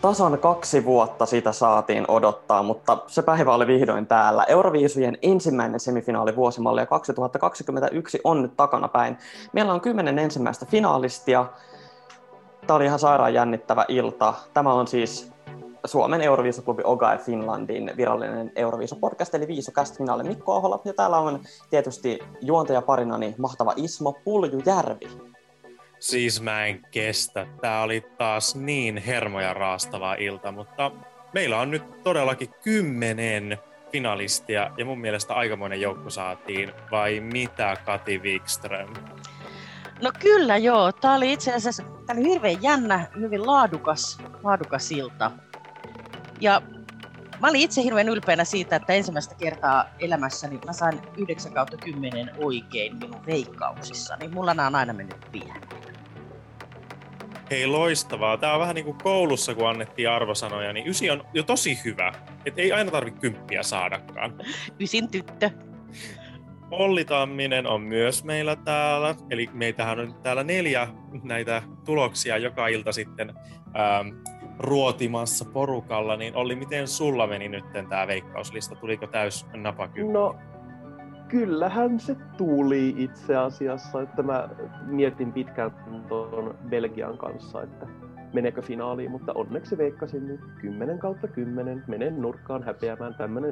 Tasan 2 vuotta sitä saatiin odottaa, mutta se päivä oli vihdoin täällä. Euroviisujen ensimmäinen semifinaali vuosimallia 2021 on nyt takanapäin. Meillä on 10 ensimmäistä finaalistia. Tämä oli ihan sairaan jännittävä ilta. Tämä on siis Suomen Euroviisuklubi OGAE Finlandin virallinen Euroviisupodcast, eli Viisucast. Minä olen Mikko Ahola, ja täällä on tietysti juontajaparinani mahtava Ismo Puljujärvi. Siis mä en kestä. Tää oli taas niin hermoja raastava ilta, mutta meillä on nyt todellakin 10 finalistia, ja mun mielestä aikamoinen joukko saatiin, vai mitä, Kati Wikström? No kyllä joo, tää oli itse asiassa hirveän jännä, hyvin laadukas ilta. Ja mä olin itse hirveän ylpeänä siitä, että ensimmäistä kertaa elämässäni mä sain 9/10 oikein minun veikkauksissani. Mulla nämä on aina mennyt pieleen. Hei, loistavaa. Tää on vähän niin kuin koulussa, kun annettiin arvosanoja, niin 9 on jo tosi hyvä. Et ei aina tarvitse 10 saadakaan. 9 tyttö. Olli Tamminen on myös meillä täällä. Eli meitähän on täällä 4 näitä tuloksia joka ilta sitten ruotimassa porukalla. Niin Olli, miten sulla meni nyt tää veikkauslista? Tuliko täys napakymppi? No, kyllähän se tuli itse asiassa, että mä mietin pitkään tuon Belgian kanssa, että meneekö finaaliin, mutta onneksi veikkasin nyt 10/10, menen nurkkaan häpeämään tämmönen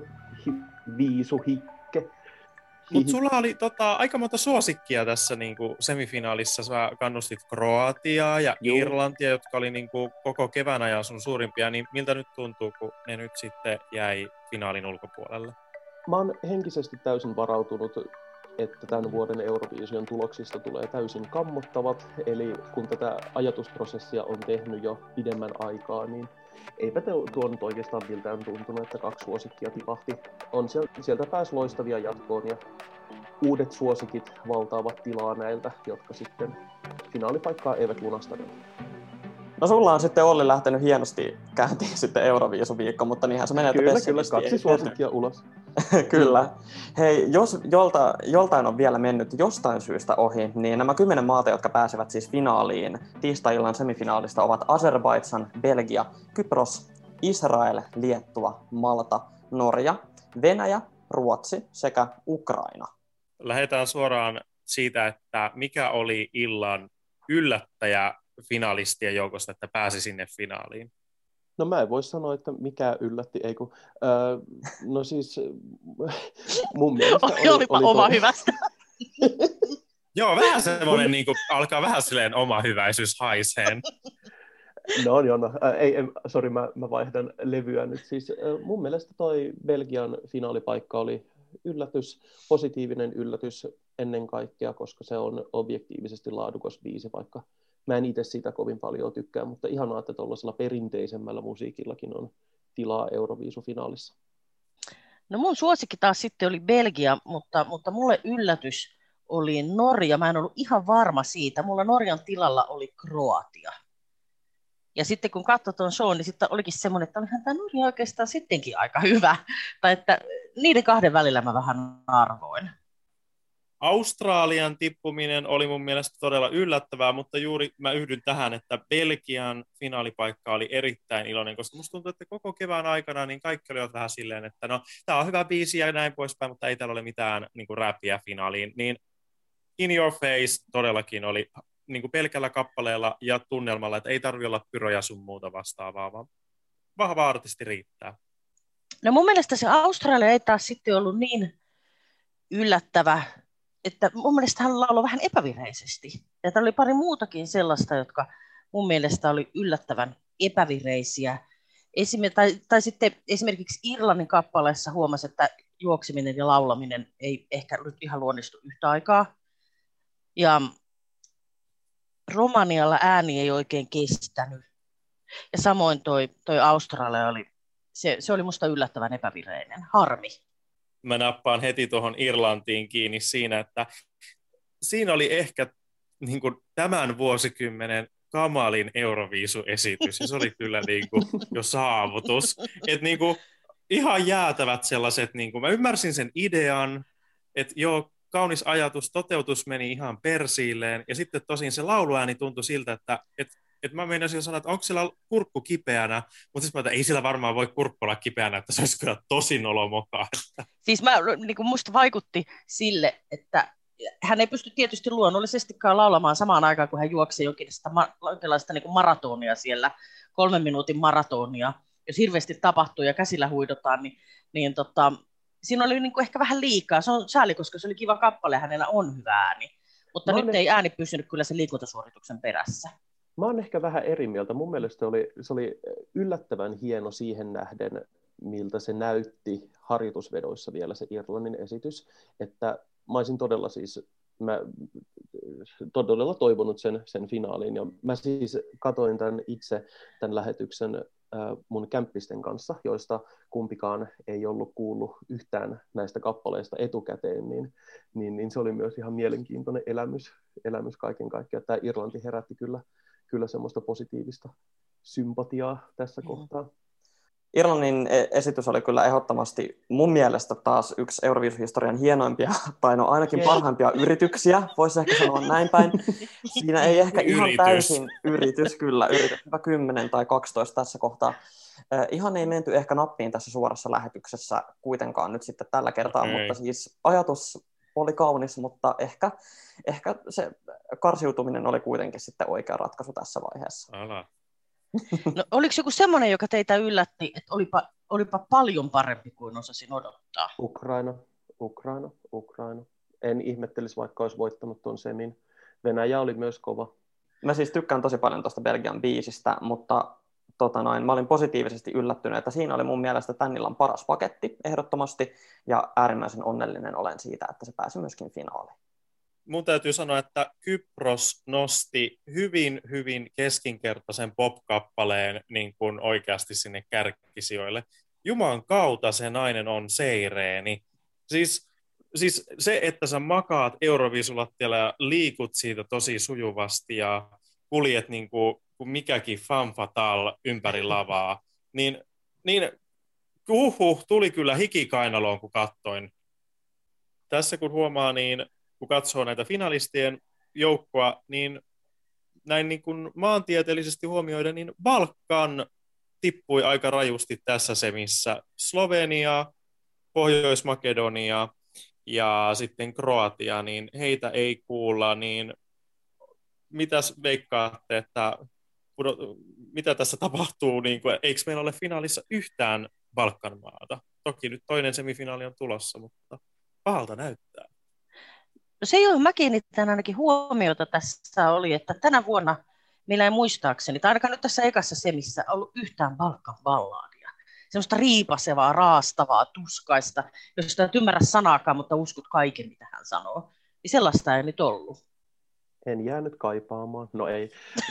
viisuhikke. Mutta sulla oli aika monta suosikkia tässä niinku semifinaalissa. Sä kannustit Kroatiaa ja Irlantia, jotka oli niinku koko kevään ajan sun suurimpia. Niin miltä nyt tuntuu, kun ne nyt sitten jäi finaalin ulkopuolelle? Mä oon henkisesti täysin varautunut, että tämän vuoden Euroviision tuloksista tulee täysin kammottavat. Eli kun tätä ajatusprosessia on tehnyt jo pidemmän aikaa, niin eipä tuo nyt oikeastaan miltään tuntunut, että 2 suosikkia tipahti. Sieltä pääsi loistavia jatkoon ja uudet suosikit valtaavat tilaa näiltä, jotka sitten finaalipaikkaa eivät lunastaneet. No sulla on sitten Olli lähtenyt hienosti käyntiin sitten Euroviisuviikko, mutta niinhän se menee, että Kyllä, 2 suosikkia ulos. Kyllä. Hei, jos joltain on vielä mennyt jostain syystä ohi, niin nämä 10 maata, jotka pääsevät siis finaaliin tiistai-illan semifinaalista, ovat Azerbaidžan, Belgia, Kypros, Israel, Liettua, Malta, Norja, Venäjä, Ruotsi sekä Ukraina. Lähdetään suoraan siitä, että mikä oli illan yllättäjä finalistien joukosta, että pääsi sinne finaaliin. No mä en voi sanoa, että mikä yllätti, no siis mun mielestä Olipa oma hyvästä. Joo, vähän semmoinen niin kuin, alkaa vähän silleen oma hyväisyys haiseen. No, sori, mä vaihdan levyä nyt. Siis mun mielestä toi Belgian finaalipaikka oli yllätys, positiivinen yllätys ennen kaikkea, koska se on objektiivisesti laadukas biisi, vaikka mä en itse siitä kovin paljon tykkää, mutta ihanaa, että tuollaisella perinteisemmällä musiikillakin on tilaa Euroviisufinaalissa. No mun suosikki taas sitten oli Belgia, mutta mulle yllätys oli Norja. Mä en ollut ihan varma siitä. Mulla Norjan tilalla oli Kroatia. Ja sitten kun katsoi tuon shown, niin sitten olikin semmoinen, että olihan tämä Norja oikeastaan sittenkin aika hyvä. Tai että niiden 2 välillä mä vähän arvoin. Australian tippuminen oli mun mielestä todella yllättävää, mutta juuri mä yhdyn tähän, että Belgian finaalipaikka oli erittäin iloinen, koska musta tuntuu, että koko kevään aikana niin kaikki olivat vähän silleen, että no, tää on hyvä biisi ja näin poispäin, mutta ei täällä ole mitään niin kuin räppiä finaaliin. Niin In Your Face todellakin oli niin kuin pelkällä kappaleella ja tunnelmalla, että ei tarvitse olla pyroja sun muuta vastaavaa, vaan vahva artisti riittää. No mun mielestä se Australia ei taas sitten ollut niin yllättävä, että mun mielestä hän lauloi vähän epävireisesti. Ja täällä oli pari muutakin sellaista, jotka mun mielestä oli yllättävän epävireisiä. Tai sitten esimerkiksi Irlannin kappaleessa huomasi, että juokseminen ja laulaminen ei ehkä nyt ihan luonnistu yhtä aikaa. Ja Romanialla ääni ei oikein kestänyt. Ja samoin toi Australia se oli musta yllättävän epävireinen. Harmi. Mä nappaan heti tuohon Irlantiin kiinni siinä, että siinä oli ehkä niin kuin tämän vuosikymmenen kamalin Euroviisu-esitys, ja se oli kyllä niin kuin jo saavutus. Et niin kuin ihan jäätävät sellaiset, niin kuin, mä ymmärsin sen idean, että joo, kaunis ajatus, toteutus meni ihan persiilleen, ja sitten tosin se lauluääni tuntui siltä, että että mä meinasin sanoa, että onko sillä kurkku kipeänä, mutta siis mä että ei sillä varmaan voi kurkku olla kipeänä, että se olisi kyllä tosi nolomokaa. Siis niin kuin musta vaikutti sille, että hän ei pysty tietysti luonnollisestikaan laulamaan samaan aikaan, kun hän juoksi jonkinlaista niin kuin maratonia siellä, 3 minuutin maratonia. Jos hirveästi tapahtuu ja käsillä huidotaan, niin siinä oli niin kuin ehkä vähän liikaa. Se on sääli, koska se oli kiva kappale, hänellä on hyvä ääni. Mutta nyt ei ääni pysynyt kyllä sen liikuntasuorituksen perässä. Mä oon ehkä vähän eri mieltä. Mun mielestä se oli yllättävän hieno siihen nähden, miltä se näytti harjoitusvedoissa vielä se Irlannin esitys. Että mä olisin todella toivonut sen finaalin. Ja mä siis katoin tämän lähetyksen mun kämppisten kanssa, joista kumpikaan ei ollut kuullut yhtään näistä kappaleista etukäteen, niin se oli myös ihan mielenkiintoinen elämys kaiken kaikkiaan. Tämä Irlanti herätti kyllä semmoista positiivista sympatiaa tässä kohtaa. Irlannin esitys oli kyllä ehdottomasti mun mielestä taas yksi Euroviisuhistorian hienoimpia, tai no ainakin parhaimpia yrityksiä, voisi ehkä sanoa näin päin. Siinä ei ehkä ihan täysin yritys, 10 tai 12 tässä kohtaa. Ihan ei menty ehkä nappiin tässä suorassa lähetyksessä kuitenkaan nyt sitten tällä kertaa, mutta siis ajatus oli kaunis, mutta ehkä se karsiutuminen oli kuitenkin sitten oikea ratkaisu tässä vaiheessa. No, oliko joku semmoinen, joka teitä yllätti, että olipa paljon parempi kuin osasin odottaa? Ukraina. En ihmettelisi, vaikka olisi voittanut tuon semin. Venäjä oli myös kova. Mä siis tykkään tosi paljon tuosta Belgian biisistä, mutta mä olin positiivisesti yllättynyt, että siinä oli mun mielestä tän illan paras paketti ehdottomasti, ja äärimmäisen onnellinen olen siitä, että se pääsi myöskin finaaliin. Mun täytyy sanoa, että Kypros nosti hyvin, hyvin keskinkertaisen pop-kappaleen niin kuin oikeasti sinne kärkisijoille. Juman kautta se nainen on seireeni. Siis se, että sä makaat Euroviisulattialla ja liikut siitä tosi sujuvasti ja kuljet niin kuin mikäkin femme fatale ympäri lavaa, niin tuli kyllä hiki kainaloon, kun katsoin. Tässä kun huomaa, niin kun katsoo näitä finalistien joukkoa, niin näin niin kuin maantieteellisesti huomioiden, niin Balkan tippui aika rajusti tässä semissä. Slovenia, Pohjois-Makedonia ja sitten Kroatia, niin heitä ei kuulla, niin mitäs veikkaatte, että mitä tässä tapahtuu, niin kuin, eikö meillä ole finaalissa yhtään Balkan maata? Toki nyt toinen semifinaali on tulossa, mutta pahalta näyttää. No se, johon mä kiinnitän ainakin huomiota tässä oli, että tänä vuonna meillä ei muistaakseni, tai ainakaan nyt tässä ekassa semissä, ollut yhtään Balkan balladia. Semmoista riipasevaa, raastavaa, tuskaista, josta et ymmärrä sanaakaan, mutta uskot kaiken, mitä hän sanoo. Niin sellaista ei nyt ollut. En jäänyt kaipaamaan, no ei.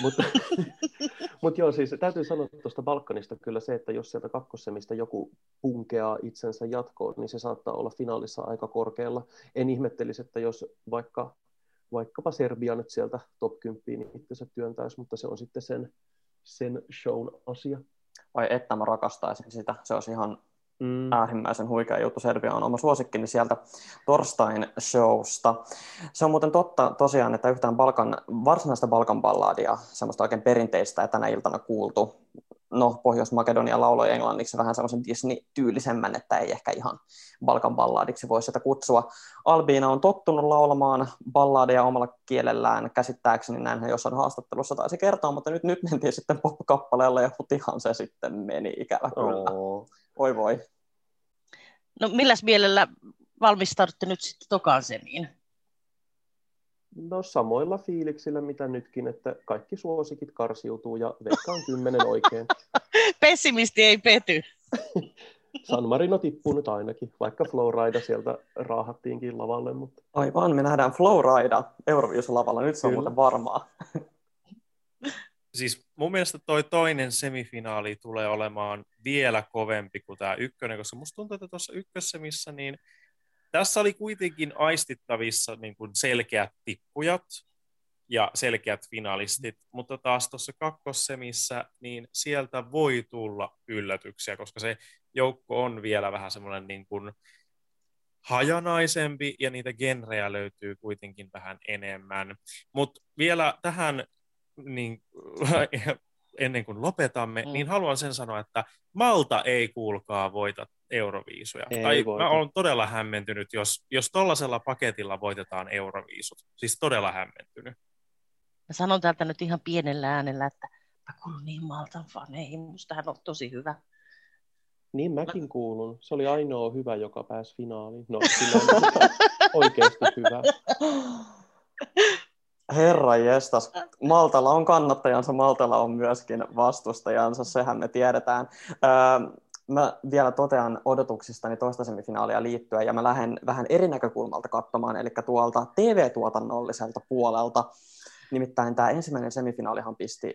Mutta joo, siis täytyy sanoa tuosta Balkanista kyllä se, että jos sieltä kakkosemistä joku punkeaa itsensä jatkoon, niin se saattaa olla finaalissa aika korkealla. En ihmettelisi, että jos vaikkapa Serbia nyt sieltä top 10 niin itsensä työntäisi, mutta se on sitten sen shown asia. Ai että mä rakastaisin sitä, se olisi ihan äärimmäisen huikea juttu. Serbia on oma suosikkini sieltä torstain showsta. Se on muuten totta tosiaan, että yhtään varsinaista Balkan balladia, semmoista oikein perinteistä, ja tänä iltana kuultu. No, Pohjois-Makedonia lauloi englanniksi vähän semmoisen Disney-tyylisemmän, että ei ehkä ihan Balkan balladiksi voi sitä kutsua. Albiina on tottunut laulamaan balladia omalla kielellään, käsittääkseni näin hän jossain haastattelussa taisi kertoa, mutta nyt mentiin sitten pop-kappaleella ja hutihan se sitten meni, ikävä kyllä. Oi voi. No milläs mielellä valmistaudutte nyt sitten tokaan semiin? No samoilla fiiliksillä mitä nytkin, että kaikki suosikit karsiutuu ja veikkaan 10 oikein. Pessimisti ei pety. San Marino tippuu nyt ainakin, vaikka Flowrida sieltä raahattiinkin lavalle. Mutta... Aivan, me nähdään Flowrida Euroviisulavalla, nyt se on muuten varmaa. Siis mun mielestä toi toinen semifinaali tulee olemaan vielä kovempi kuin tämä ykkönen, koska musta tuntuu, että tuossa ykkössemissä niin tässä oli kuitenkin aistittavissa niin kuin selkeät tippujat ja selkeät finalistit, mutta taas tuossa kakkossemissä niin sieltä voi tulla yllätyksiä, koska se joukko on vielä vähän semmoinen niin kuin hajanaisempi ja niitä genrejä löytyy kuitenkin vähän enemmän. Mutta vielä tähän niin, ennen kuin lopetamme, niin haluan sen sanoa, että Malta ei kuulkaa voita Euroviisuja. Mä olen todella hämmentynyt, jos tollaisella paketilla voitetaan Euroviisut. Siis todella hämmentynyt. Mä sanon täältä nyt ihan pienellä äänellä, että mä kuulun niin Maltan faneihin. Musta hän on tosi hyvä. Niin mäkin kuulun. Se oli ainoa hyvä, joka pääsi finaaliin. No, sillä on oikeasti hyvä. Herra jestas, Maltalla on kannattajansa, Maltalla on myöskin vastustajansa, sehän me tiedetään. Mä vielä totean odotuksistani toista semifinaalia liittyen, ja mä lähden vähän eri näkökulmalta katsomaan, eli tuolta TV-tuotannolliselta puolelta. Nimittäin tämä ensimmäinen semifinaalihan pisti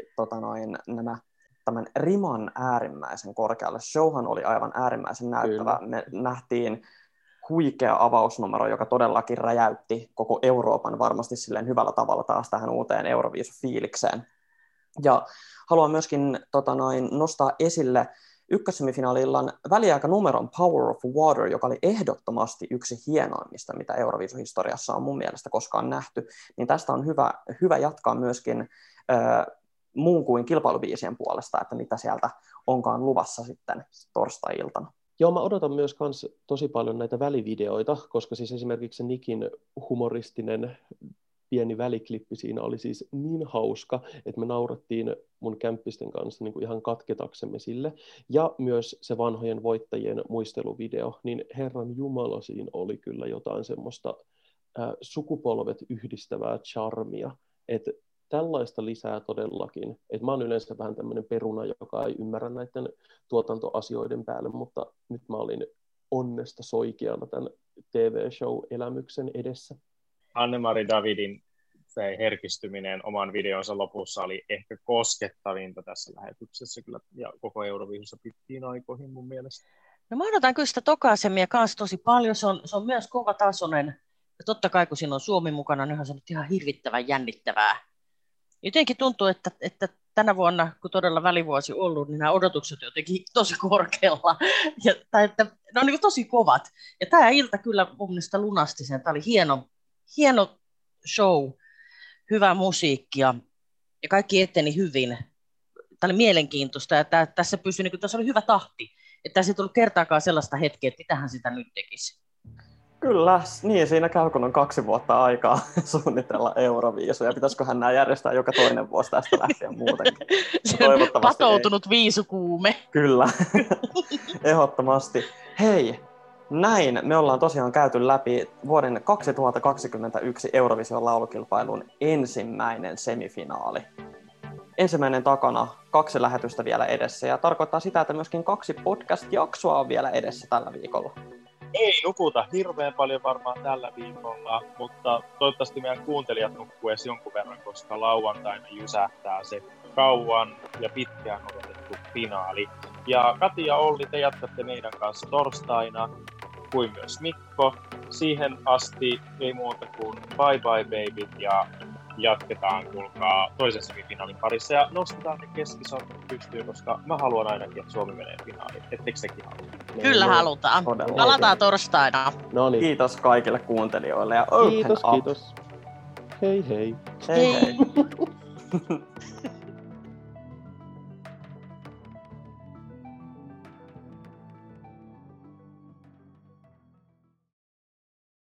tämän riman äärimmäisen korkealle. Showhan oli aivan äärimmäisen näyttävä. Kyllä. Me nähtiin huikea avausnumero, joka todellakin räjäytti koko Euroopan varmasti silleen hyvällä tavalla taas tähän uuteen Euroviisu-fiilikseen. Ja haluan myöskin nostaa esille ykkössemifinaalillan väliaikanumeron Power of Water, joka oli ehdottomasti yksi hienoimmista, mitä Euroviisu-historiassa on mun mielestä koskaan nähty. Niin tästä on hyvä jatkaa myöskin muun kuin kilpailubiisien puolesta, että mitä sieltä onkaan luvassa sitten torstai-iltana. Joo, mä odotan myös tosi paljon näitä välivideoita, koska siis esimerkiksi se Nikin humoristinen pieni väliklippi siinä oli siis niin hauska, että me naurattiin mun kämppisten kanssa niin kuin ihan katketaksemme sille. Ja myös se vanhojen voittajien muisteluvideo, niin Herran Jumala siinä oli kyllä jotain semmoista sukupolvet yhdistävää charmia, että tällaista lisää todellakin. Et mä oon yleensä vähän tämmöinen peruna, joka ei ymmärrä näiden tuotantoasioiden päälle, mutta nyt mä olin onnesta soikeana tämän TV-show-elämyksen edessä. Anne-Mari Davidin se herkistyminen oman videonsa lopussa oli ehkä koskettavinta tässä lähetyksessä kyllä, ja koko Euroviisussa pitkiin aikoihin mun mielestä. No mä odotan kyllä sitä tokaisemia kanssa tosi paljon. Se on myös kovatasoinen. Ja totta kai kun siinä on Suomi mukana, niin se on nyt ihan hirvittävän jännittävää. Jotenkin tuntuu, että tänä vuonna, kun todella välivuosi ollut, niin nämä odotukset jotenkin tosi korkealla. Tai että ne on niin tosi kovat. Ja tämä ilta kyllä mun mielestä lunasti sen. Tämä oli hieno show, hyvä musiikki ja kaikki eteni hyvin. Tämä oli mielenkiintoista ja tässä pysyi, niin tässä oli hyvä tahti. Että tässä ei tullut kertaakaan sellaista hetkeä, että mitähän sitä nyt tekisi. Kyllä, niin siinä käy, kun on 2 vuotta aikaa suunnitella Euroviisuja. Pitäisiköhän nämä järjestää joka toinen vuosi tästä lähtien muutenkin? Se on patoutunut viisukuume. Kyllä, ehdottomasti. Hei, näin me ollaan tosiaan käyty läpi vuoden 2021 Eurovision laulukilpailun ensimmäinen semifinaali. Ensimmäinen takana, 2 lähetystä vielä edessä ja tarkoittaa sitä, että myöskin 2 podcast-jaksoa on vielä edessä tällä viikolla. Ei nukuta hirveän paljon varmaan tällä viikolla, mutta toivottavasti meidän kuuntelijat nukkuu edes jonkun verran, koska lauantaina jysähtää se kauan ja pitkään odotettu finaali. Ja Kati ja Olli, te jatkatte meidän kanssa torstaina, kuin myös Mikko. Siihen asti ei muuta kuin bye bye babyt ja jatketaan, kuulkaa, toisen semifinaalin parissa ja nostetaan ne keskisormet pystyyn, koska mä haluan ainakin, että Suomi menee finaaliin. Etteikö sekin halua? Kyllä halutaan. Palataan torstaina. No niin. Kiitos kaikille kuuntelijoille ja kiitos. Hei hei. Hei hei.